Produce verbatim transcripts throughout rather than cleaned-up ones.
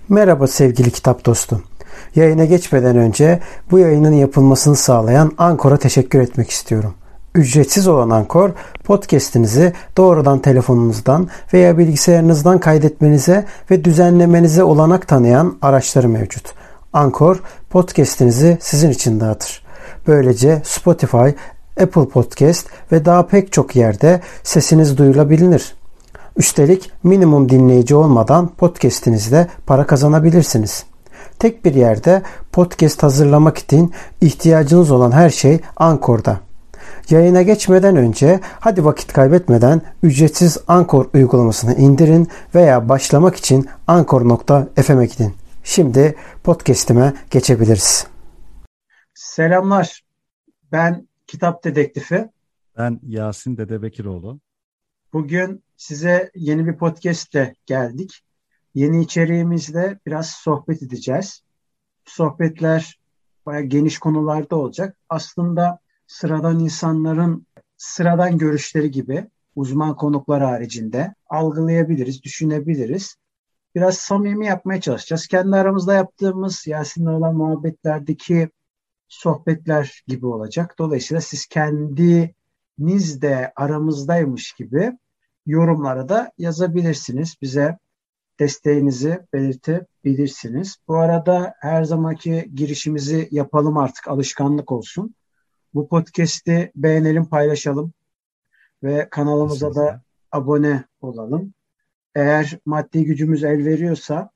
Merhaba sevgili kitap dostum. Yayına geçmeden önce bu yayının yapılmasını sağlayan Ankor'a teşekkür etmek istiyorum. Ücretsiz olan Ankor, podcast'inizi doğrudan telefonunuzdan veya bilgisayarınızdan kaydetmenize ve düzenlemenize olanak tanıyan araçları mevcut. Ankor, podcast'inizi sizin için dağıtır. Böylece Spotify, Apple Podcast ve daha pek çok yerde sesiniz duyulabilir. Üstelik minimum dinleyici olmadan podcast'inizde para kazanabilirsiniz. Tek bir yerde podcast hazırlamak için ihtiyacınız olan her şey Ankor'da. Yayına geçmeden önce hadi vakit kaybetmeden ücretsiz Ankor uygulamasını indirin veya başlamak için ankor nokta f m'e gidin. Şimdi podcast'ime geçebiliriz. Selamlar. Ben Kitap Dedektifi. Ben Yasin Dedebekiroğlu. Bugün size yeni bir podcast'te geldik. Yeni içeriğimizde biraz sohbet edeceğiz. Sohbetler bayağı geniş konularda olacak. Aslında sıradan insanların sıradan görüşleri gibi uzman konuklar haricinde algılayabiliriz, düşünebiliriz. Biraz samimi yapmaya çalışacağız. Kendi aramızda yaptığımız Yasin'le olan muhabbetlerdeki sohbetler gibi olacak. Dolayısıyla siz kendiniz de aramızdaymış gibi yorumlara da yazabilirsiniz. Bize desteğinizi belirtebilirsiniz. Bu arada her zamanki girişimizi yapalım, artık alışkanlık olsun. Bu podcast'i beğenelim, paylaşalım ve kanalımıza Kesinlikle. da abone olalım. Eğer maddi gücümüz el veriyorsa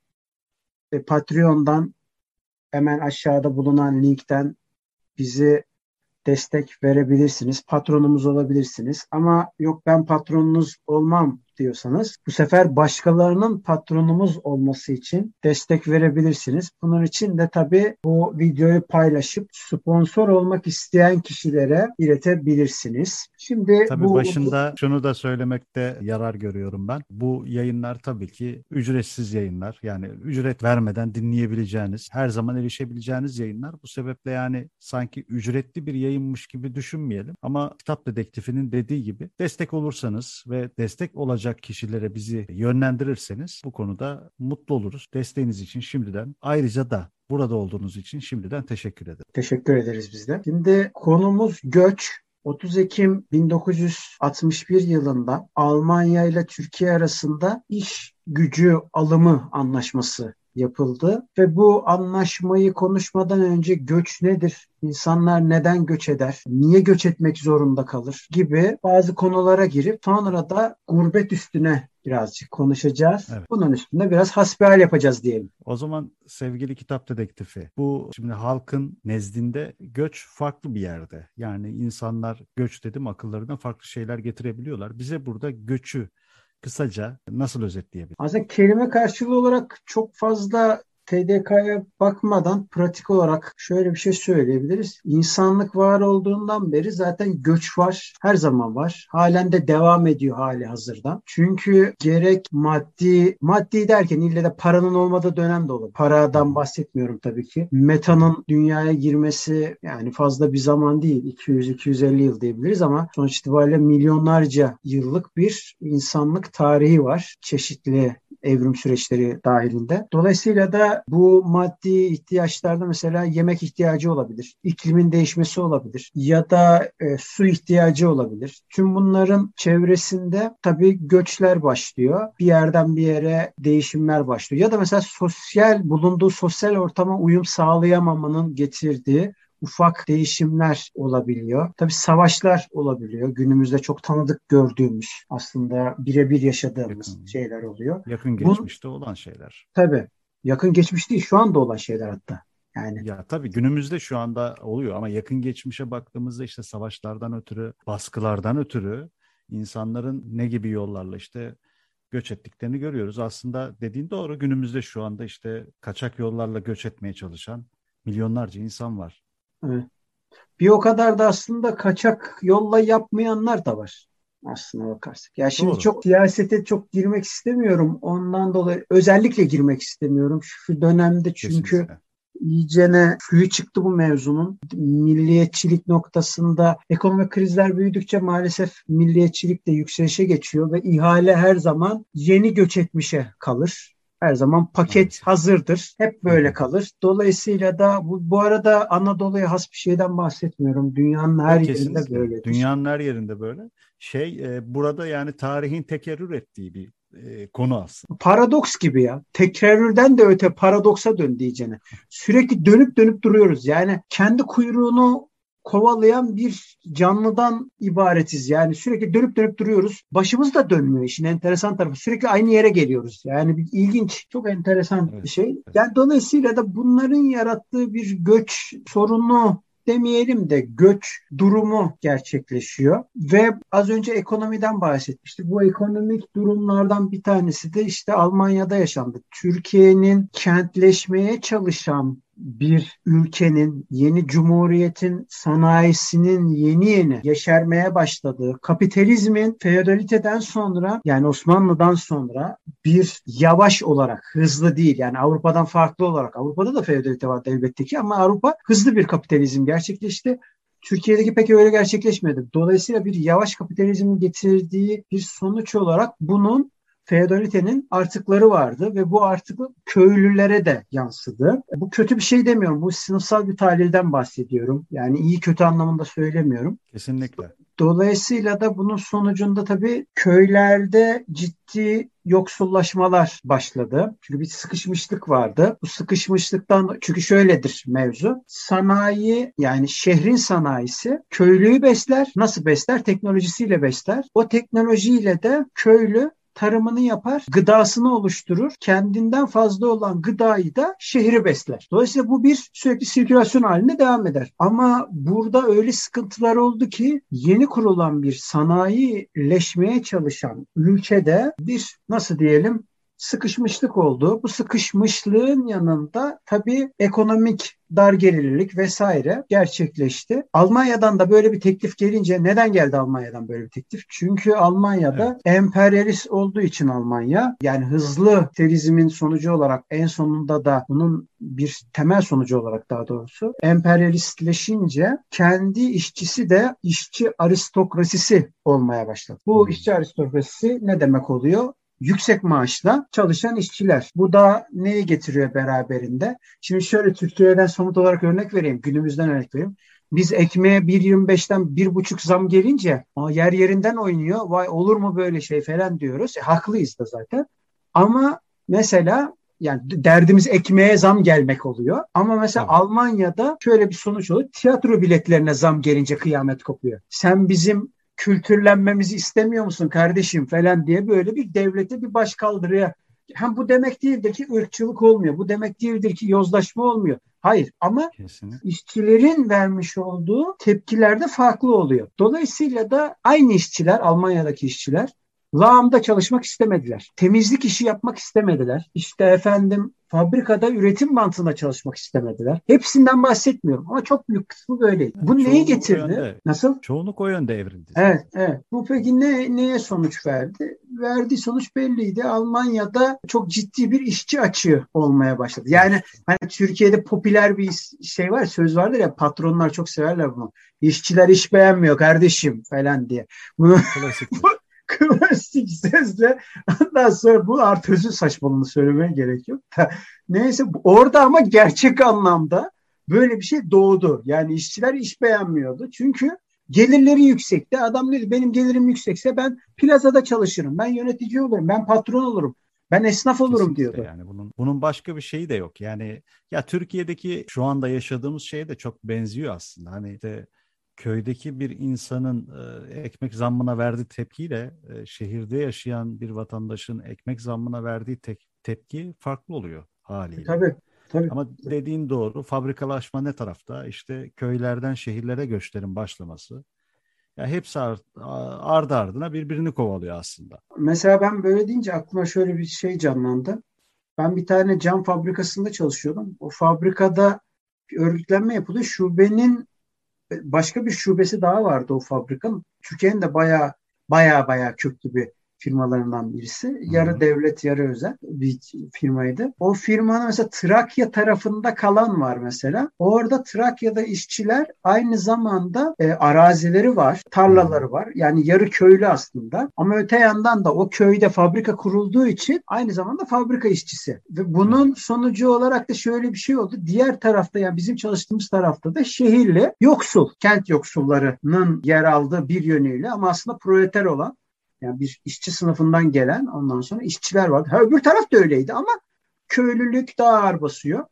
e, Patreon'dan hemen aşağıda bulunan linkten bizi destek verebilirsiniz. Patronumuz olabilirsiniz. Ama yok ben patronunuz olmam diyorsanız bu sefer başkalarının patronumuz olması için destek verebilirsiniz. Bunun için de tabii bu videoyu paylaşıp sponsor olmak isteyen kişilere iletebilirsiniz. Şimdi Tabii bu başında şunu da söylemekte yarar görüyorum ben. Bu yayınlar tabii ki ücretsiz yayınlar. Yani ücret vermeden dinleyebileceğiniz, her zaman erişebileceğiniz yayınlar. Bu sebeple yani sanki ücretli bir yayınmış gibi düşünmeyelim. Ama Kitap Dedektifi'nin dediği gibi destek olursanız ve destek olacak kişilere bizi yönlendirirseniz bu konuda mutlu oluruz. Desteğiniz için şimdiden, ayrıca da burada olduğunuz için şimdiden teşekkür ederim. teşekkür ederiz biz de. Şimdi konumuz göç. otuz Ekim bin dokuz yüz altmış bir yılında Almanya ile Türkiye arasında iş gücü alımı anlaşması yapıldı ve bu anlaşmayı konuşmadan önce göç nedir? İnsanlar neden göç eder? Niye göç etmek zorunda kalır? Gibi bazı konulara girip sonra da gurbet üstüne birazcık konuşacağız. Evet. Bunun üstünde biraz hasbihal yapacağız diyelim. O zaman sevgili Kitap Dedektifi, bu şimdi halkın nezdinde göç farklı bir yerde. Yani insanlar göç dedim akıllarına farklı şeyler getirebiliyorlar. Bize burada göçü kısaca nasıl özetleyebiliriz? Aslında kelime karşılığı olarak çok fazla T D K'ya bakmadan pratik olarak şöyle bir şey söyleyebiliriz. İnsanlık var olduğundan beri zaten göç var, her zaman var. Halen de devam ediyor hali hazırda. Çünkü gerek maddi, maddi derken ille de paranın olmadığı dönem de olur. Paradan bahsetmiyorum tabii ki. Metanın dünyaya girmesi yani fazla bir zaman değil. iki yüz iki yüz elli yıl diyebiliriz ama sonuç itibariyle milyonlarca yıllık bir insanlık tarihi var. Çeşitli evrim süreçleri dahilinde. Dolayısıyla da bu maddi ihtiyaçlarda mesela yemek ihtiyacı olabilir, iklimin değişmesi olabilir ya da e, su ihtiyacı olabilir. Tüm bunların çevresinde tabii göçler başlıyor. Bir yerden bir yere değişimler başlıyor. Ya da mesela sosyal bulunduğu sosyal ortama uyum sağlayamamanın getirdiği ufak değişimler olabiliyor. Tabii savaşlar olabiliyor. Günümüzde çok tanıdık gördüğümüz, aslında birebir yaşadığımız Yakın, şeyler oluyor. yakın Bu geçmişte olan şeyler. tabii yakın geçmiş değil, şu anda olan şeyler hatta. Yani Ya tabii günümüzde şu anda oluyor ama yakın geçmişe baktığımızda işte savaşlardan ötürü, baskılardan ötürü insanların ne gibi yollarla işte göç ettiklerini görüyoruz. Aslında dediğin doğru, günümüzde şu anda işte kaçak yollarla göç etmeye çalışan milyonlarca insan var. evet. Bir o kadar da aslında kaçak yolla yapmayanlar da var aslına bakarsak. Ya şimdi Doğru. çok siyasete çok girmek istemiyorum. Ondan dolayı özellikle girmek istemiyorum. Şu dönemde çünkü Kesinlikle. iyicene suyu çıktı bu mevzunun. Milliyetçilik noktasında ekonomik krizler büyüdükçe maalesef milliyetçilik de yükselişe geçiyor ve ihale her zaman yeni göç etmişe kalır. Her zaman paket Maalesef. hazırdır. Hep Hı böyle hı. kalır. Dolayısıyla da bu, bu arada Anadolu'ya has bir şeyden bahsetmiyorum. Dünyanın her Yok, yerinde kesinlikle. böyledir. Dünyanın her yerinde böyle. Şey e, burada yani tarihin tekerrür ettiği bir e, konu aslında. Paradoks gibi ya. Tekrarürden de öte paradoksa dön diyeceğine. Sürekli dönüp dönüp duruyoruz. Yani kendi kuyruğunu kovalayan bir canlıdan ibaretiz. Yani sürekli dönüp dönüp duruyoruz. Başımız da dönmüyor, işin enteresan tarafı. Sürekli aynı yere geliyoruz. Yani bir ilginç, çok enteresan bir Evet. şey. Evet. Yani dolayısıyla da bunların yarattığı bir göç sorunu demeyelim de göç durumu gerçekleşiyor. Ve az önce ekonomiden bahsetmiştik. Bu ekonomik durumlardan bir tanesi de işte Almanya'da yaşandı. Türkiye'nin kentleşmeye çalışan bir ülkenin, yeni cumhuriyetin sanayisinin yeni yeni yeşermeye başladığı, kapitalizmin feodaliteden sonra, yani Osmanlı'dan sonra bir yavaş olarak, hızlı değil, yani Avrupa'dan farklı olarak, Avrupa'da da feodalite vardı elbette ki, ama Avrupa hızlı bir kapitalizm gerçekleşti. Türkiye'deki pek öyle gerçekleşmedi. Dolayısıyla bir yavaş kapitalizmin getirdiği bir sonuç olarak bunun feodalitenin artıkları vardı ve bu artıklar köylülere de yansıdı. Bu kötü bir şey demiyorum. Bu sınıfsal bir tahlilden bahsediyorum. Yani iyi kötü anlamında söylemiyorum. Kesinlikle. Dolayısıyla da bunun sonucunda tabii köylerde ciddi yoksullaşmalar başladı. Çünkü bir sıkışmışlık vardı. Bu sıkışmışlıktan, çünkü şöyledir mevzu. Sanayi, yani şehrin sanayisi köylüyü besler. Nasıl besler? Teknolojisiyle besler. O teknolojiyle de köylü tarımını yapar, gıdasını oluşturur. Kendinden fazla olan gıdayı da şehri besler. Dolayısıyla bu bir sürekli sirkülasyon halinde devam eder. Ama burada öyle sıkıntılar oldu ki yeni kurulan bir sanayileşmeye çalışan ülkede bir, nasıl diyelim, sıkışmışlık oldu. Bu sıkışmışlığın yanında tabii ekonomik dargelirlik vesaire gerçekleşti. Almanya'dan da böyle bir teklif gelince, neden geldi Almanya'dan böyle bir teklif? Çünkü Almanya'da Evet. emperyalist olduğu için Almanya, yani hızlı kapitalizmin sonucu olarak, en sonunda da bunun bir temel sonucu olarak daha doğrusu emperyalistleşince kendi işçisi de işçi aristokrasisi olmaya başladı. Bu Hmm. işçi aristokrasisi ne demek oluyor? Yüksek maaşla çalışan işçiler. Bu da neyi getiriyor beraberinde? Şimdi şöyle Türkiye'den somut olarak örnek vereyim. Günümüzden örnek vereyim. Biz ekmeğe bir yirmi beşten bir buçuk zam gelince yer yerinden oynuyor. Vay, olur mu böyle şey falan diyoruz. E, haklıyız da zaten. Ama mesela, yani derdimiz ekmeğe zam gelmek oluyor. Ama mesela Tabii. Almanya'da şöyle bir sonuç oluyor. Tiyatro biletlerine zam gelince kıyamet kopuyor. Sen bizim kültürlenmemizi istemiyor musun kardeşim falan diye böyle bir devlete bir başkaldırıya. Hem bu demek değildir ki ırkçılık olmuyor. Bu demek değildir ki yozlaşma olmuyor. Hayır, ama Kesinlikle. işçilerin vermiş olduğu tepkiler de farklı oluyor. Dolayısıyla da aynı işçiler, Almanya'daki işçiler lağımda çalışmak istemediler. Temizlik işi yapmak istemediler. İşte efendim fabrikada üretim mantığında çalışmak istemediler. Hepsinden bahsetmiyorum ama çok büyük kısmı böyleydi. Yani Bu neyi çoğunluk o getirdi? yönde. Nasıl? Çoğunluk o yönde evrildi Evet, zaten. evet. Bu peki ne, neye sonuç verdi? Verdiği sonuç belliydi. Almanya'da çok ciddi bir işçi açığı olmaya başladı. Yani Oluştu. hani Türkiye'de popüler bir şey var, söz vardır ya, patronlar çok severler bunu. İşçiler iş beğenmiyor kardeşim falan diye. Bunu Klasiktir. klasik sesle, ondan sonra bu artı saçmalığını söylemeye gerek yok da. Neyse, orada ama gerçek anlamda böyle bir şey doğdu. Yani işçiler iş beğenmiyordu. Çünkü gelirleri yüksekti. Adam dedi, benim gelirim yüksekse ben plazada çalışırım. Ben yönetici olurum. Ben patron olurum. Ben esnaf olurum Kesinlikle, diyordu. yani bunun bunun başka bir şeyi de yok. Yani ya Türkiye'deki şu anda yaşadığımız şeye de çok benziyor aslında. Hani işte köydeki bir insanın e, ekmek zammına verdiği tepkiyle e, şehirde yaşayan bir vatandaşın ekmek zammına verdiği te- tepki farklı oluyor haliyle. Tabii, tabii. Ama dediğin doğru, fabrikalaşma ne tarafta? İşte köylerden şehirlere göçlerin başlaması. Ya hepsi ar- ardı ardına birbirini kovalıyor aslında. Mesela ben böyle deyince aklıma şöyle bir şey canlandı. Ben bir tane cam fabrikasında çalışıyordum. O fabrikada bir örgütlenme yapılıyor. Şubenin başka bir şubesi daha vardı o fabrikanın. Türkiye'nin de bayağı bayağı bayağı köklü bir firmalarından birisi. Hı-hı. Yarı devlet, yarı özel bir firmaydı. O firmanın mesela Trakya tarafında kalan var mesela. Orada Trakya'da işçiler aynı zamanda e, arazileri var, tarlaları Hı-hı. var. Yani yarı köylü aslında. Ama öte yandan da o köyde fabrika kurulduğu için aynı zamanda fabrika işçisi. Ve bunun Evet. sonucu olarak da şöyle bir şey oldu. Diğer tarafta, yani bizim çalıştığımız tarafta da şehirli yoksul, kent yoksullarının yer aldığı bir yönüyle ama aslında proleter olan, yani bir işçi sınıfından gelen ondan sonra işçiler vardı. Ha, öbür taraf da öyleydi ama köylülük daha ağır basıyor.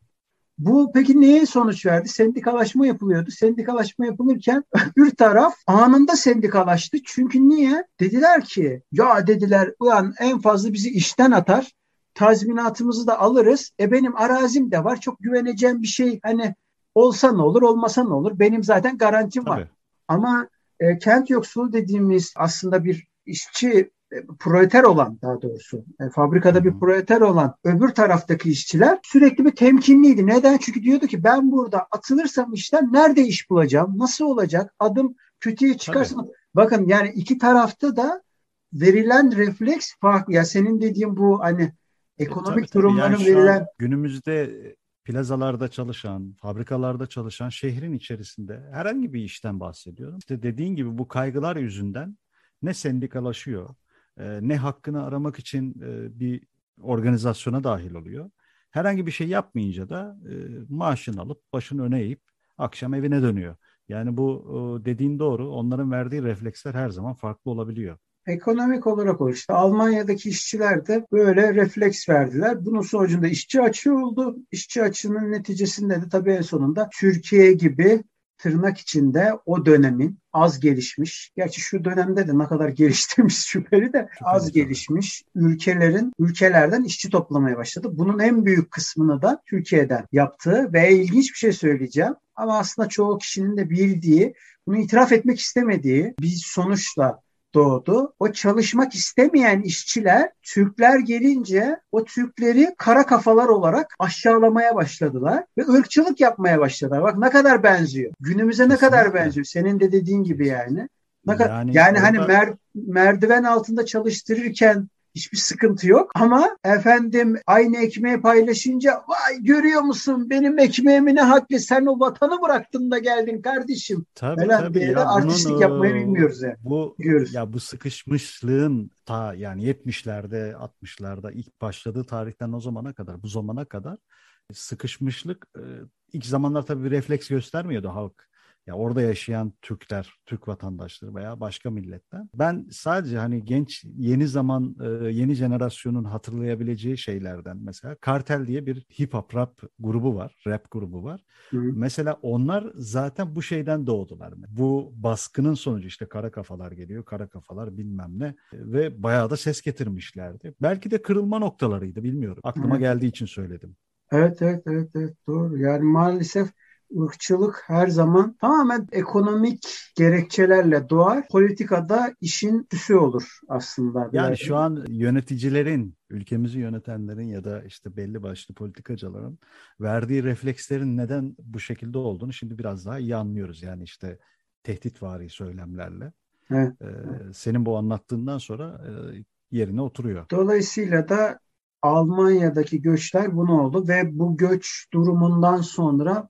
Bu peki neye sonuç verdi? Sendikalaşma yapılıyordu. Sendikalaşma yapılırken öbür taraf anında sendikalaştı. Çünkü niye? Dediler ki ya dediler ulan en fazla bizi işten atar. Tazminatımızı da alırız. E benim arazim de var. Çok güveneceğim bir şey hani olsa ne olur olmasa ne olur. Benim zaten garantim var. Tabii. Ama e, kent yoksulu dediğimiz aslında bir işçi e, proleter olan daha doğrusu e, fabrikada Hı bir hı. proleter olan öbür taraftaki işçiler sürekli bir temkinliydi. Neden? Çünkü diyordu ki ben burada atılırsam işten nerede iş bulacağım? Nasıl olacak? Adım kötüye çıkarsa. Tabii. Bakın yani iki tarafta da verilen refleks farklı. Ya senin dediğin bu hani E, tabii ekonomik tabii. Yani durumların şu verilen. an günümüzde plazalarda çalışan, fabrikalarda çalışan şehrin içerisinde herhangi bir işten bahsediyorum. İşte dediğin gibi bu kaygılar yüzünden ne sendikalaşıyor, e, ne hakkını aramak için e, bir organizasyona dahil oluyor. Herhangi bir şey yapmayınca da e, maaşını alıp başını öne eğip akşam evine dönüyor. Yani bu e, dediğin doğru. Onların verdiği refleksler her zaman farklı olabiliyor. Ekonomik olarak o işte Almanya'daki işçiler de böyle refleks verdiler. Bunun sonucunda işçi açığı oldu. İşçi açığının neticesinde de tabii en sonunda Türkiye gibi tırnak içinde o dönemin az gelişmiş, gerçi şu dönemde de ne kadar geliştirmiş şüpheli de az Şüpheli tabii. gelişmiş ülkelerin ülkelerden işçi toplamaya başladı. Bunun en büyük kısmını da Türkiye'den yaptığı ve ilginç bir şey söyleyeceğim. Ama aslında çoğu kişinin de bildiği, bunu itiraf etmek istemediği bir sonuçla doğdu. O çalışmak istemeyen işçiler Türkler gelince o Türkleri kara kafalar olarak aşağılamaya başladılar ve ırkçılık yapmaya başladılar. Bak ne kadar benziyor. Günümüze ne kadar Kesinlikle. benziyor. Senin de dediğin gibi Kesin. yani. Ne kadar, Yani yani hani orada mer, merdiven altında çalıştırırken hiçbir sıkıntı yok ama efendim aynı ekmeği paylaşınca vay görüyor musun benim ekmeğimi ne haklı sen o vatanı bıraktın da geldin kardeşim tabii falan tabii diye de ya bunun artistlik yapmayı e, bilmiyoruz yani. bu Biliyoruz. ya bu sıkışmışlığın ta yani yetmişlerde altmışlarda ilk başladığı tarihten o zamana kadar bu zamana kadar sıkışmışlık e, ilk zamanlar tabii bir refleks göstermiyordu halk. Ya orada yaşayan Türkler, Türk vatandaşları veya başka milletten. Ben sadece hani genç yeni zaman e, yeni jenerasyonun hatırlayabileceği şeylerden mesela Kartel diye bir hip hop rap grubu var, rap grubu var. Hı. Mesela onlar zaten bu şeyden doğdular. Bu baskının sonucu işte kara kafalar geliyor, kara kafalar bilmem ne ve bayağı da ses getirmişlerdi. Belki de kırılma noktalarıydı bilmiyorum. Aklıma Evet. geldiği için söyledim. Evet, evet, evet, evet, doğru. Yani maalesef ırkçılık her zaman tamamen ekonomik gerekçelerle doğar. Politikada işin üssü olur aslında Yani biraz. şu an yöneticilerin, ülkemizi yönetenlerin ya da işte belli başlı politikacıların verdiği reflekslerin neden bu şekilde olduğunu şimdi biraz daha iyi anlıyoruz. Yani işte tehditvari söylemlerle. Evet. Ee, senin bu anlattığından sonra e, yerine oturuyor. Dolayısıyla da Almanya'daki göçler bunu oldu ve bu göç durumundan sonra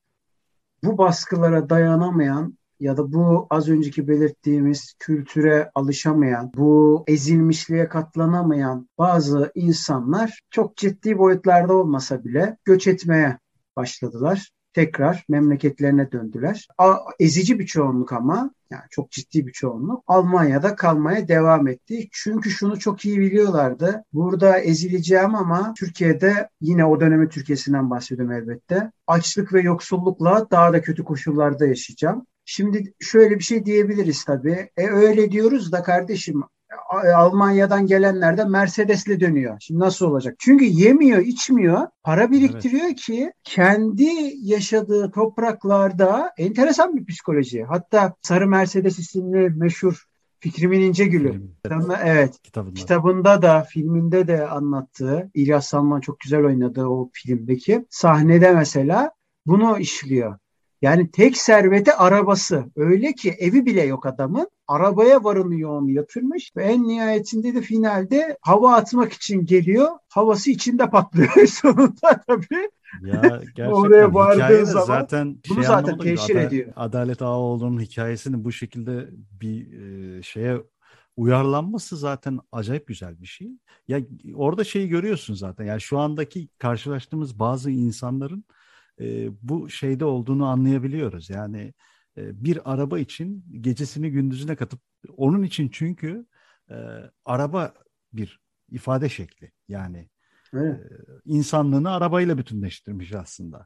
bu baskılara dayanamayan ya da bu az önceki belirttiğimiz kültüre alışamayan, bu ezilmişliğe katlanamayan bazı insanlar çok ciddi boyutlarda olmasa bile göç etmeye başladılar. Tekrar memleketlerine döndüler. A- ezici bir çoğunluk ama yani çok ciddi bir çoğunluk Almanya'da kalmaya devam etti. Çünkü şunu çok iyi biliyorlardı. Burada ezileceğim ama Türkiye'de yine o dönemin Türkiye'sinden bahsediyorum elbette. Açlık ve yoksullukla daha da kötü koşullarda yaşayacağım. Şimdi şöyle bir şey diyebiliriz tabii. E öyle diyoruz da kardeşim Almanya'dan gelenler de Mercedes'le dönüyor. Şimdi nasıl olacak? Çünkü yemiyor, içmiyor, para Evet. biriktiriyor ki kendi yaşadığı topraklarda enteresan bir psikoloji. Hatta Sarı Mercedes isimli meşhur Fikrimin İncegül'ü. Film. Evet. Evet. Kitabından. Kitabında da filminde de anlattığı İlyas Salman çok güzel oynadığı o filmdeki sahnede mesela bunu işliyor. Yani tek serveti arabası. Öyle ki evi bile yok adamın. Arabaya varını yoğunu yatırmış ve en nihayetinde de finalde hava atmak için geliyor. Havası içinde patlıyor sonunda tabii. Ya Oraya gerçekten vardığın hikaye de zaman zaten bunu şey zaten anlamında güzel. teşhir Ada- ediyor. Adalet Ağaoğlu'nun hikayesini bu şekilde bir e, şeye uyarlanması zaten acayip güzel bir şey. Ya orada şeyi görüyorsun zaten. Yani şu andaki karşılaştığımız bazı insanların e, bu şeyde olduğunu anlayabiliyoruz. Yani e, bir araba için gecesini gündüzüne katıp onun için çünkü e, araba bir ifade şekli. Yani e, Evet. insanlığını arabayla bütünleştirmiş aslında.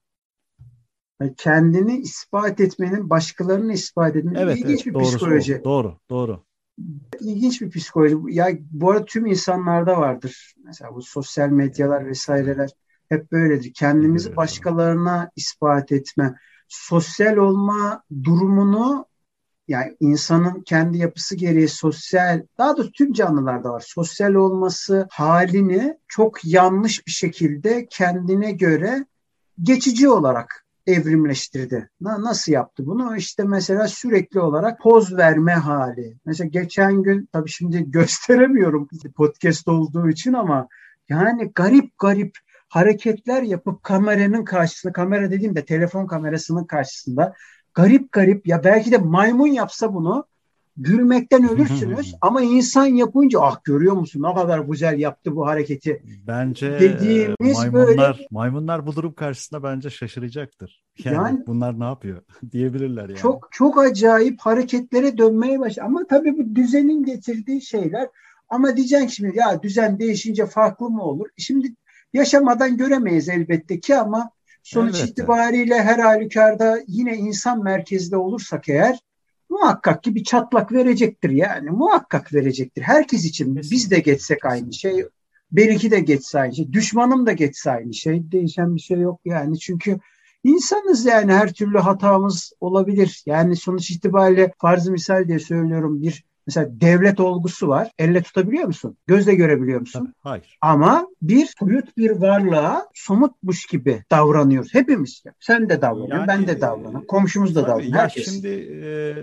Yani kendini ispat etmenin, başkalarını ispat etmenin Evet, ilginç evet, bir doğrusu o. psikoloji. Doğru, doğru. İlginç bir psikoloji. Ya bu arada tüm insanlarda vardır. Mesela bu sosyal medyalar vesaireler hep böyledir. Kendimizi Görüyoruz onu. başkalarına ispat etme, sosyal olma durumunu, yani insanın kendi yapısı gereği sosyal, daha doğrusu tüm canlılarda var. Sosyal olması halini çok yanlış bir şekilde kendine göre geçici olarak evrimleştirdi. Na- Nasıl yaptı bunu? İşte mesela sürekli olarak poz verme hali. Mesela geçen gün, tabii şimdi gösteremiyorum podcast olduğu için, ama yani garip garip hareketler yapıp kameranın karşısında, kamera dediğimde telefon kamerasının karşısında garip garip, ya belki de maymun yapsa bunu gülmekten ölürsünüz, ama insan yapınca ah görüyor musun ne kadar güzel yaptı bu hareketi Bence e, dediğimiz böyle, maymunlar maymunlar bu durum karşısında bence şaşıracaktır. Yani yani bunlar ne yapıyor diyebilirler yani. çok çok acayip hareketlere dönmeye başladı. Ama tabii bu düzenin getirdiği şeyler. Ama diyeceksin şimdi ya düzen değişince farklı mı olur? Şimdi yaşamadan göremeyiz elbette ki, ama sonuç Elbette. itibariyle her halükarda yine insan merkezli olursak eğer muhakkak ki bir çatlak verecektir yani. Muhakkak verecektir. Herkes için biz de Kesinlikle. geçsek aynı Kesinlikle. şey. Benimki de geçse aynı şey. Düşmanım da geçse aynı şey. Değişen bir şey yok yani. Çünkü İnsanız yani, her türlü hatamız olabilir. Yani sonuç itibariyle farz misal diye söylüyorum, bir mesela devlet olgusu var. Elle tutabiliyor musun? Gözle görebiliyor Tabii. musun? Hayır. Ama bir soyut bir varlığa somutmuş gibi davranıyoruz. Hepimiz. Sen de davranıyorsun, Yani ben de davranıyorum. e, Komşumuz da tabii davranıyor. ya Herkes. şimdi e,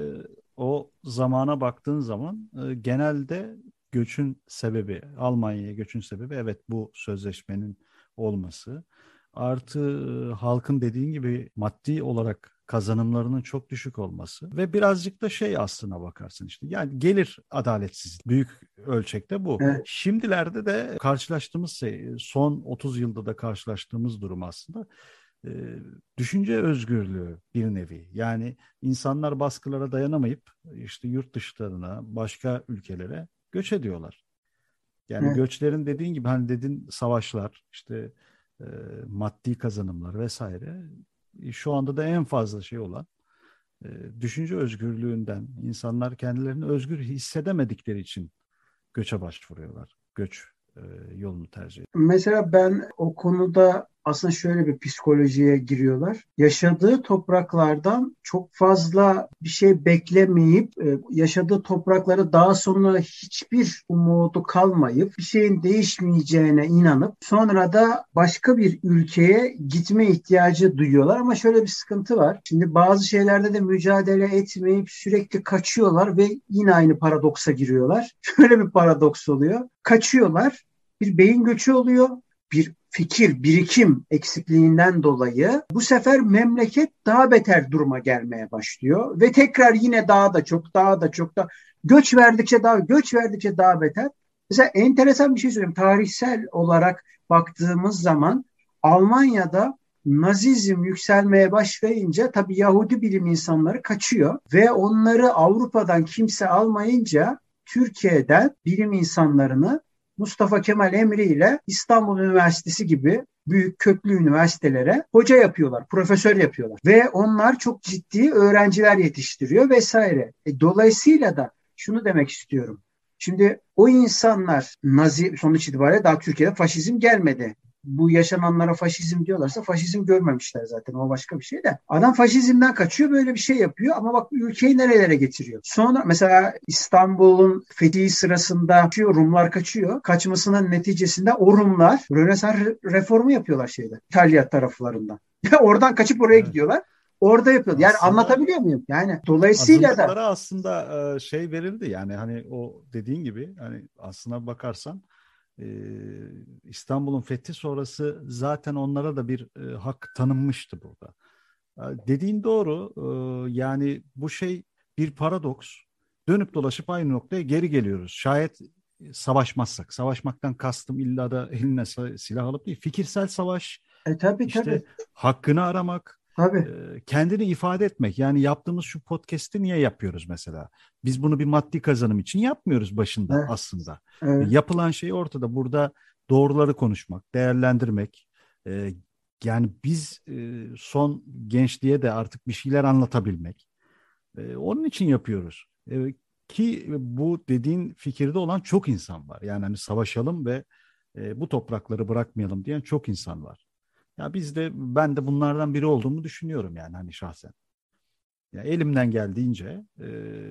o zamana baktığın zaman e, genelde göçün sebebi, Almanya'ya göçün sebebi evet bu sözleşmenin olması. Artı e, halkın dediğin gibi maddi olarak kazanımlarının çok düşük olması ve birazcık da şey aslına bakarsın işte yani gelir adaletsizliği büyük ölçekte bu. Evet. Şimdilerde de karşılaştığımız şey son otuz yılda da karşılaştığımız durum aslında e, düşünce özgürlüğü bir nevi. Yani insanlar baskılara dayanamayıp işte yurt dışlarına, başka ülkelere göç ediyorlar. Yani Evet. göçlerin dediğin gibi hani dedin savaşlar, işte e, maddi kazanımlar vesaire. E, şu anda da en fazla şey olan e, düşünce özgürlüğünden insanlar kendilerini özgür hissedemedikleri için göçe başvuruyorlar. Göç e, yolunu tercih ediyorlar. Mesela ben o konuda aslında şöyle bir psikolojiye giriyorlar. Yaşadığı topraklardan çok fazla bir şey beklemeyip, e, yaşadığı toprakları daha sonra hiçbir umudu kalmayıp, bir şeyin değişmeyeceğine inanıp, sonra da başka bir ülkeye gitme ihtiyacı duyuyorlar. Ama şöyle bir sıkıntı var. Şimdi bazı şeylerde de mücadele etmeyip sürekli kaçıyorlar ve yine aynı paradoksa giriyorlar. Şöyle bir paradoks oluyor. Kaçıyorlar, bir beyin göçü oluyor. Bir fikir, birikim eksikliğinden dolayı bu sefer memleket daha beter duruma gelmeye başlıyor ve tekrar yine daha da çok, daha da çok da göç verdikçe daha göç verdikçe daha beter. Mesela enteresan bir şey söyleyeyim. Tarihsel olarak baktığımız zaman Almanya'da Nazizm yükselmeye başlayınca tabii Yahudi bilim insanları kaçıyor ve onları Avrupa'dan kimse almayınca Türkiye'den bilim insanlarını Mustafa Kemal emri ile İstanbul Üniversitesi gibi büyük köklü üniversitelere hoca yapıyorlar, profesör yapıyorlar. Ve onlar çok ciddi öğrenciler yetiştiriyor vesaire. E, dolayısıyla da şunu demek istiyorum. Şimdi o insanlar, Nazi sonuç itibariyle daha Türkiye'de faşizm gelmedi. Bu yaşananlara faşizm diyorlarsa faşizm görmemişler zaten, o başka bir şey de. Adam faşizmden kaçıyor, böyle bir şey yapıyor ama bak ülkeyi nerelere getiriyor. Sonra mesela İstanbul'un fethi sırasında Rumlar kaçıyor. Kaçmasının neticesinde o Rumlar Rönesans reformu yapıyorlar şeyde, İtalya taraflarında. Oradan kaçıp oraya Evet. gidiyorlar. orada yapıyordu. Yani Aslında anlatabiliyor muyum? Yani dolayısıyla da azınlıklara aslında e, şey verildi yani hani o dediğin gibi hani aslına bakarsan e, İstanbul'un fethi sonrası zaten onlara da bir e, hak tanınmıştı burada. E, dediğin doğru. E, yani bu şey bir paradoks. Dönüp dolaşıp aynı noktaya geri geliyoruz. Şayet savaşmazsak, savaşmaktan kastım illa da eline silah alıp değil, fikirsel savaş, e, tabii tabii işte hakkını aramak, tabii. e, kendini ifade etmek. Yani yaptığımız şu podcast'i niye yapıyoruz mesela? Biz bunu bir maddi kazanım için yapmıyoruz başında Evet, aslında. E, evet. yapılan şey ortada. Burada doğruları konuşmak, değerlendirmek. E, yani biz e, son gençliğe de artık bir şeyler anlatabilmek. E, onun için yapıyoruz. E, ki bu dediğin fikirde olan çok insan var. Yani hani savaşalım ve e, bu toprakları bırakmayalım diyen çok insan var. Ya biz de ben de bunlardan biri olduğumu düşünüyorum yani hani şahsen. Ya elimden geldiğince e,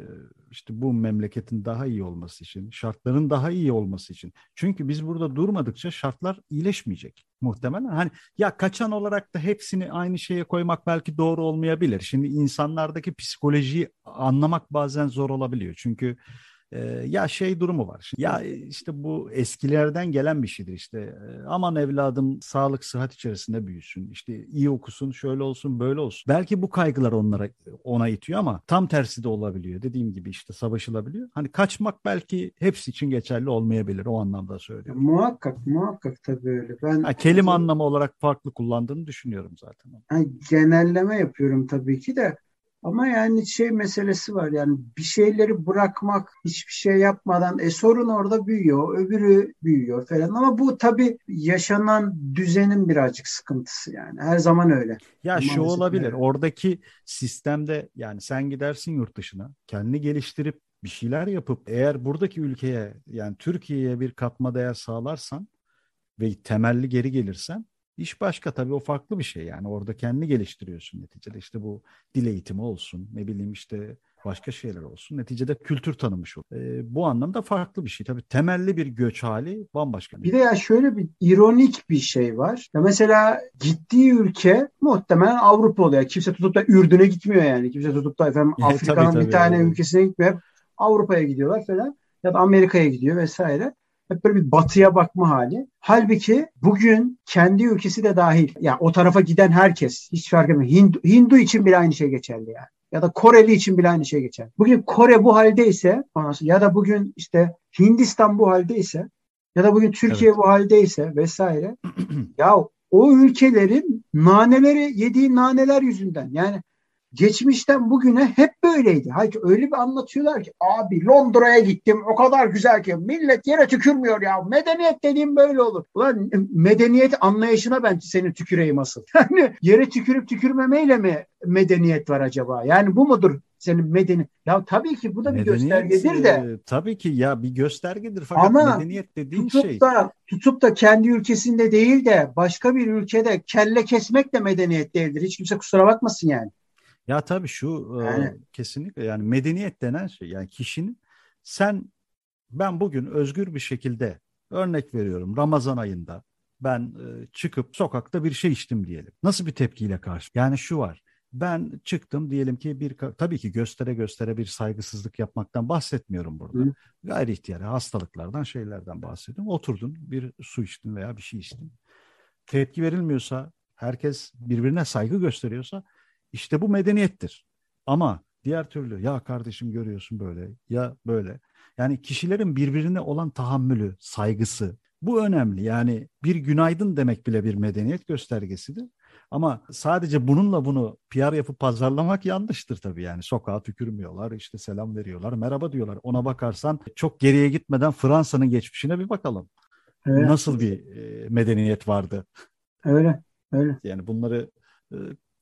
işte bu memleketin daha iyi olması için, şartların daha iyi olması için. Çünkü biz burada durmadıkça şartlar iyileşmeyecek muhtemelen. Hani ya kaçan olarak da hepsini aynı şeye koymak belki doğru olmayabilir. Şimdi insanlardaki psikolojiyi anlamak bazen zor olabiliyor. Çünkü ee, ya şey durumu var. Şimdi, ya işte bu eskilerden gelen bir şeydir işte. Ee, aman evladım sağlık sıhhat içerisinde büyüsün. İşte iyi okusun, şöyle olsun, böyle olsun. Belki bu kaygılar onlara ona itiyor ama tam tersi de olabiliyor. Dediğim gibi işte savaşılabiliyor. Hani kaçmak belki hepsi için geçerli olmayabilir. O anlamda Ya, söylüyorum. muhakkak muhakkak tabii öyle. Ben Ha, kelime anlamı olarak farklı kullandığını düşünüyorum zaten. hani genelleme yapıyorum tabii ki de, ama yani şey meselesi var, yani bir şeyleri bırakmak, hiçbir şey yapmadan e sorun orada büyüyor, öbürü büyüyor falan, ama bu tabii yaşanan düzenin birazcık sıkıntısı, yani her zaman öyle. Ya şu Maalesef olabilir. öyle. Oradaki sistemde yani sen gidersin yurt dışına, kendini geliştirip bir şeyler yapıp eğer buradaki ülkeye yani Türkiye'ye bir katma değer sağlarsan ve temelli geri gelirsen iş başka tabii o farklı bir şey yani orada kendini geliştiriyorsun neticede işte bu dil eğitimi olsun ne bileyim işte başka şeyler olsun neticede kültür tanımış ol. Ee, bu anlamda farklı bir şey tabii temelli bir göç hali bambaşka Bir bir de ya şöyle bir ironik bir şey var. Ya mesela gittiği ülke muhtemelen Avrupa oluyor. Kimse tutup da Ürdün'e gitmiyor yani. Kimse tutup da efendim tabii Afrika'nın bir tabii tane öyle. ülkesine gitmiyor. Hep Avrupa'ya gidiyorlar falan. Ya da Amerika'ya gidiyor vesaire. Hep böyle bir batıya bakma hali. Halbuki bugün kendi ülkesi de dahil. Ya o tarafa giden herkes hiç fark etmiyor. Hindu, Hindu için bile aynı şey geçerli yani. Ya da Koreli için bile aynı şey geçerli. Bugün Kore bu haldeyse ya da bugün işte Hindistan bu haldeyse ya da bugün Türkiye Evet. bu haldeyse vesaire. Ya o ülkelerin naneleri, yediği naneler yüzünden. Yani geçmişten bugüne hep böyleydi. Hayır, öyle bir anlatıyorlar ki abi Londra'ya gittim o kadar güzel ki millet yere tükürmüyor ya. Medeniyet dediğim böyle olur. Ulan medeniyet anlayışına ben senin tüküreyim asıl. Yani yere tükürüp tükürmemeyle mi medeniyet var acaba? Yani bu mudur senin medeni? Ya tabii ki bu da bir Medeniyet göstergedir de, e, tabii ki ya bir göstergedir fakat ama medeniyet dediğin tutup şey da tutup da kendi ülkesinde değil de başka bir ülkede kelle kesmek de medeniyet değildir. Hiç kimse kusura bakmasın yani. ya tabii şu Yani e, kesinlikle yani medeniyet denen şey yani kişinin sen ben bugün özgür bir şekilde örnek veriyorum Ramazan ayında ben e, çıkıp sokakta bir şey içtim diyelim. Nasıl bir tepkiyle karşı? Yani şu var. Ben çıktım diyelim ki bir tabii ki göstere göstere bir saygısızlık yapmaktan bahsetmiyorum burada. hı, Gayri ihtiyari hastalıklardan şeylerden bahsediyorum. Oturdun bir su içtin veya bir şey içtin. Tepki verilmiyorsa herkes birbirine saygı gösteriyorsa işte bu medeniyettir. Ama diğer türlü ya kardeşim görüyorsun böyle ya böyle. Yani kişilerin birbirine olan tahammülü, saygısı bu önemli. Yani bir günaydın demek bile bir medeniyet göstergesidir. Ama sadece bununla bunu P R yapıp pazarlamak yanlıştır tabii yani. Sokağa tükürmüyorlar, işte selam veriyorlar, merhaba diyorlar. Ona bakarsan çok geriye gitmeden Fransa'nın geçmişine bir bakalım. öyle, Nasıl bir e, medeniyet vardı? öyle, öyle. Yani bunları e,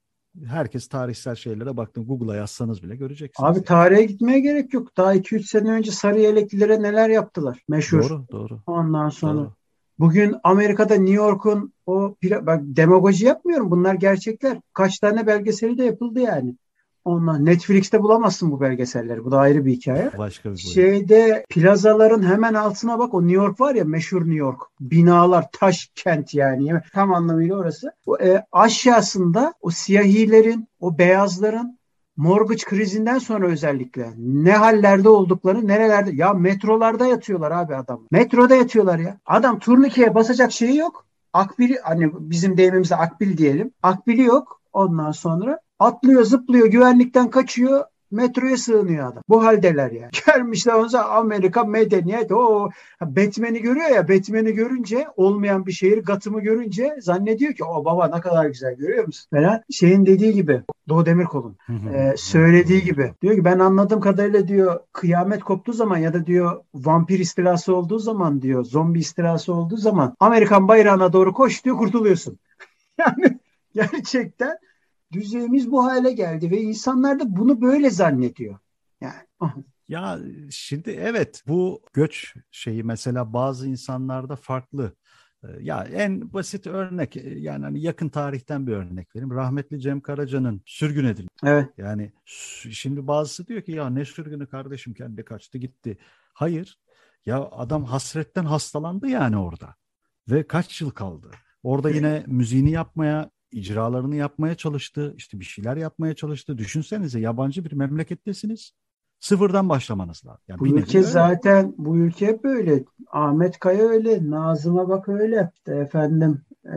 herkes tarihsel şeylere baktım. Google'a yazsanız bile göreceksiniz Abi yani. tarihe gitmeye gerek yok. Daha iki üç sene önce sarı yeleklilere neler yaptılar? Meşhur. Doğru, doğru, Ondan sonra doğru. bugün Amerika'da New York'un o bak demagoji yapmıyorum. Bunlar gerçekler. Kaç tane belgeseli de yapıldı yani. Ondan Netflix'te bulamazsın bu belgeselleri. Bu da ayrı bir hikaye. Başka bir boyut. Şeyde plazaların hemen altına bak. O New York var ya, meşhur New York. Binalar, taş kent yani. Tam anlamıyla orası. O, e, aşağısında o siyahilerin, o beyazların mortgage krizinden sonra özellikle ne hallerde oldukları, nerelerde. Ya metrolarda yatıyorlar abi adam. Metroda yatıyorlar ya. Adam turnikeye basacak şeyi yok. Akbili, hani bizim deyimimizde akbil diyelim. Akbili yok. Ondan sonra atlıyor, zıplıyor, güvenlikten kaçıyor, metroya sığınıyor adam. Bu haldeler yani. Gelmişler ondan Amerika medeniyet. O Batman'i görüyor ya, Batman'i görünce, olmayan bir şehir, Gotham'ı görünce zannediyor ki o baba ne kadar güzel, görüyor musun? Falan şeyin dediği gibi, Doğu Demirkol'un e, söylediği gibi. Diyor ki ben anladığım kadarıyla diyor, kıyamet koptuğu zaman ya da diyor vampir istilası olduğu zaman diyor, zombi istilası olduğu zaman Amerikan bayrağına doğru koş diyor, kurtuluyorsun. Yani gerçekten düzeyimiz bu hale geldi ve insanlar da bunu böyle zannediyor. Yani ya şimdi evet, bu göç şeyi mesela bazı insanlarda farklı. Ya en basit örnek, yani hani yakın tarihten bir örnek vereyim. Rahmetli Cem Karaca'nın sürgün edilmesi. Evet. Yani şimdi bazısı diyor ki ya ne sürgünü kardeşim, kendi kaçtı gitti. Hayır. Ya adam hasretten hastalandı yani orada. Ve kaç yıl kaldı. Orada yine müziğini yapmaya, icralarını yapmaya çalıştı. İşte bir şeyler yapmaya çalıştı. Düşünsenize, yabancı bir memlekettesiniz. Sıfırdan başlamanız lazım. Yani Bu ülke zaten, bu ülke böyle. Ahmet Kaya öyle, Nazım'a bak öyle. İşte efendim e,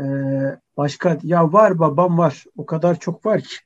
başka ya var, babam var. O kadar çok var ki.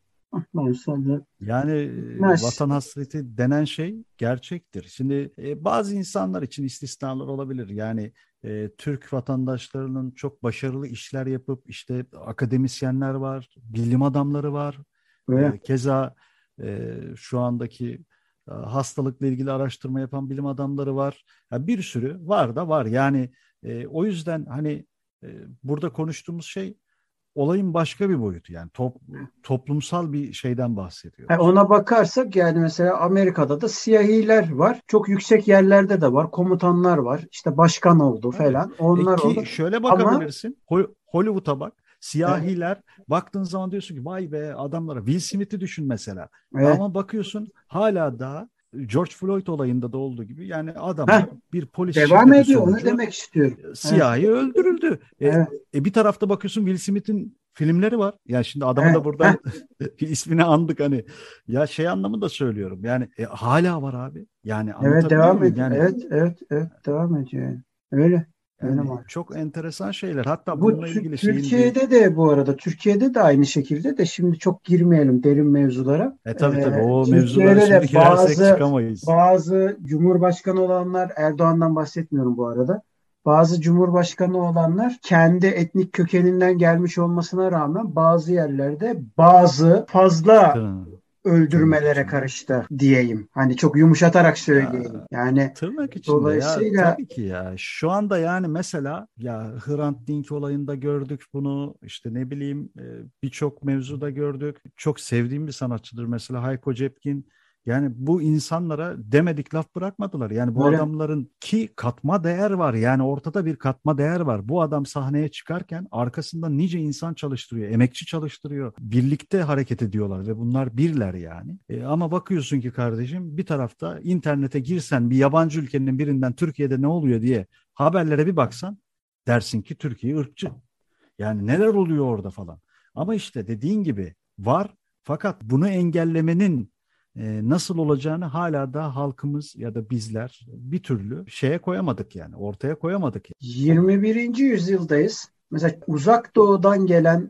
Sonra yani Nas. vatan hasreti denen şey gerçektir. Şimdi e, bazı insanlar için istisnalar olabilir. Yani e, Türk vatandaşlarının çok başarılı işler yapıp işte akademisyenler var, bilim adamları var. E, keza e, şu andaki e, hastalıkla ilgili araştırma yapan bilim adamları var. Yani bir sürü var da var. Yani e, o yüzden hani e, burada konuştuğumuz şey olayın başka bir boyutu, yani top, toplumsal bir şeyden bahsediyoruz. Ona bakarsak yani mesela Amerika'da da siyahiler var. Çok yüksek yerlerde de var. Komutanlar var. İşte başkan oldu falan. Evet. Onlar E ki oldu. şöyle Ama bakabilirsin. Hollywood'a bak. evet, Siyahiler, baktığın zaman diyorsun ki vay be adamlara. Will Smith'i düşün mesela. evet. Ama bakıyorsun hala da George Floyd olayında da olduğu gibi, yani Heh, adamlar bir polis devam şiddeti ediyor. Onu sonucu demek istiyorum. Evet, siyahi öldürüldü. E, evet, e bir tarafta bakıyorsun Will Smith'in filmleri var. Yani şimdi adamı evet. da buradan ismini andık hani. Ya şey anlamında söylüyorum. Yani e, hala var abi. Yani Evet, anlatabiliyor devam muyum? ediyor. Yani Evet, evet, evet, devam ediyor yani. Öyle. Öyle yani var. çok enteresan şeyler. Hatta Bu bununla Tü- ilgili şeyin bir Türkiye'de de bu arada, Türkiye'de de aynı şekilde, de şimdi çok girmeyelim derin mevzulara. e tabii tabii Ee, o mevzulara Türkiye'de şimdi de girersek bazı çıkamayız. bazı cumhurbaşkanı olanlar, Erdoğan'dan bahsetmiyorum bu arada. Bazı cumhurbaşkanı olanlar kendi etnik kökeninden gelmiş olmasına rağmen bazı yerlerde bazı fazla Tırnak, tırnak öldürmelere içinde. karıştı diyeyim. Hani çok yumuşatarak Ya söyleyeyim. Yani tırnak içinde ya, dolayısıyla tabii ki ya. Şu anda yani mesela ya Hrant Dink olayında gördük bunu, işte ne bileyim e, birçok mevzuda gördük. Çok sevdiğim bir sanatçıdır mesela Hayko Cepkin. Yani bu insanlara demedik laf bırakmadılar. Yani bu böyle adamların ki katma değer var. Yani ortada bir katma değer var. Bu adam sahneye çıkarken arkasında nice insan çalıştırıyor, emekçi çalıştırıyor. Birlikte hareket ediyorlar ve bunlar birler yani. E, ama bakıyorsun ki kardeşim, bir tarafta internete girsen bir yabancı ülkenin birinden Türkiye'de ne oluyor diye haberlere bir baksan dersin ki Türkiye ırkçı. Yani neler oluyor orada falan. Ama işte dediğin gibi var, fakat bunu engellemenin e, nasıl olacağını hala da halkımız ya da bizler bir türlü şeye koyamadık, yani ortaya koyamadık. yirmi birinci yüzyıldayız. Mesela uzak doğudan gelen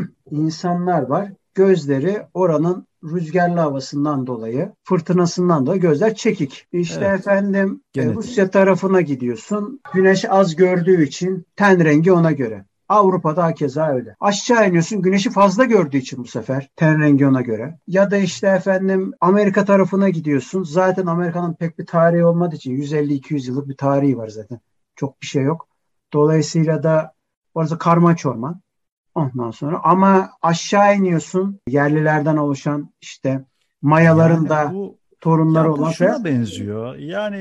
insanlar var. Gözleri oranın rüzgarlı havasından dolayı, fırtınasından dolayı gözler çekik. İşte Evet, efendim e, genetik. Rusya tarafına gidiyorsun. Güneş az gördüğü için ten rengi ona göre. Avrupa'da hakeza öyle. Aşağı iniyorsun, güneşi fazla gördüğü için bu sefer ten rengi ona göre. Ya da işte efendim Amerika tarafına gidiyorsun. Zaten Amerika'nın pek bir tarihi olmadığı için yüz elli iki yüz yıllık bir tarihi var zaten. Çok bir şey yok. Dolayısıyla da orası karman çorman. Ondan sonra ama aşağı iniyorsun, yerlilerden oluşan işte Mayaların Yani da bu torunları ya bu olan falan. şuna benziyor. Yani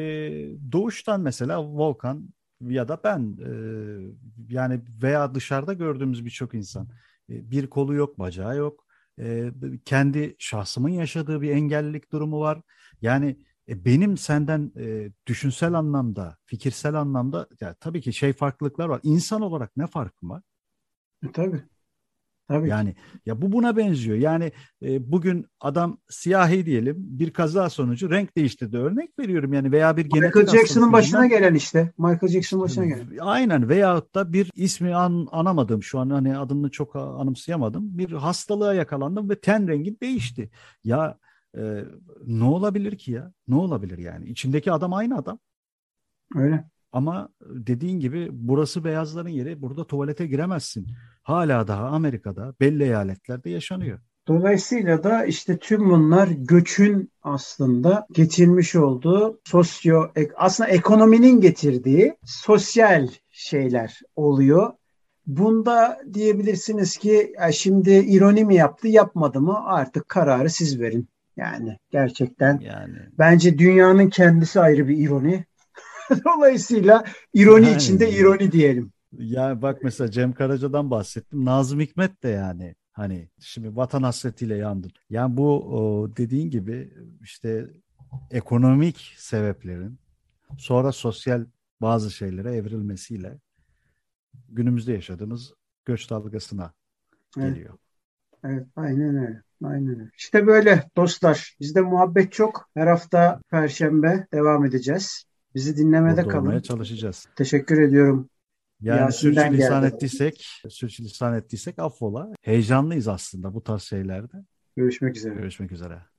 e, doğuştan mesela Volkan ya da ben, e, yani veya dışarıda gördüğümüz birçok insan e, bir kolu yok, bacağı yok. e, kendi şahsımın yaşadığı bir engellilik durumu var. Yani e, benim senden e, düşünsel anlamda, fikirsel anlamda ya, tabii ki şey farklılıklar var. İnsan olarak ne farkım var? E, tabii. Tabii ki. Yani ya bu buna benziyor. Yani e, bugün adam siyahi diyelim bir kaza sonucu renk değiştirdi. Örnek veriyorum yani veya bir Michael genetik Jackson'ın hastalık başına yüzünden gelen işte. Michael Jackson'ın işte, başına gelen. aynen veyahut da bir ismi an, anamadım şu an hani adını çok anımsayamadım. Bir hastalığa yakalandım ve ten rengi değişti. Ya e, ne olabilir ki ya? Ne olabilir yani? İçindeki adam aynı adam. Öyle. Ama dediğin gibi burası beyazların yeri. Burada tuvalete giremezsin. Hala daha Amerika'da belli eyaletlerde yaşanıyor. Dolayısıyla da işte tüm bunlar göçün aslında getirmiş olduğu sosyo aslında ekonominin getirdiği sosyal şeyler oluyor. Bunda diyebilirsiniz ki ya şimdi ironi mi yaptı, yapmadı mı? Artık kararı siz verin. Yani gerçekten Yani bence dünyanın kendisi ayrı bir ironi. Dolayısıyla ironi içinde yani ironi diyelim. ya bak mesela Cem Karaca'dan bahsettim. Nazım Hikmet de yani hani şimdi vatan hasretiyle yandı. Yani bu o, dediğin gibi işte ekonomik sebeplerin sonra sosyal bazı şeylere evrilmesiyle günümüzde yaşadığımız göç dalgasına Evet. geliyor. Evet, aynen öyle. Aynen öyle. İşte böyle dostlar. Bizde muhabbet çok. Her hafta Perşembe devam edeceğiz. Bizi dinlemede Burada olmaya kalın. çalışacağız. Teşekkür ediyorum. Yani Yasin'den sürçülisan geldi. ettiysek, sürçülisan ettiysek affola. Heyecanlıyız aslında bu tarz şeylerde. Görüşmek üzere. Görüşmek üzere.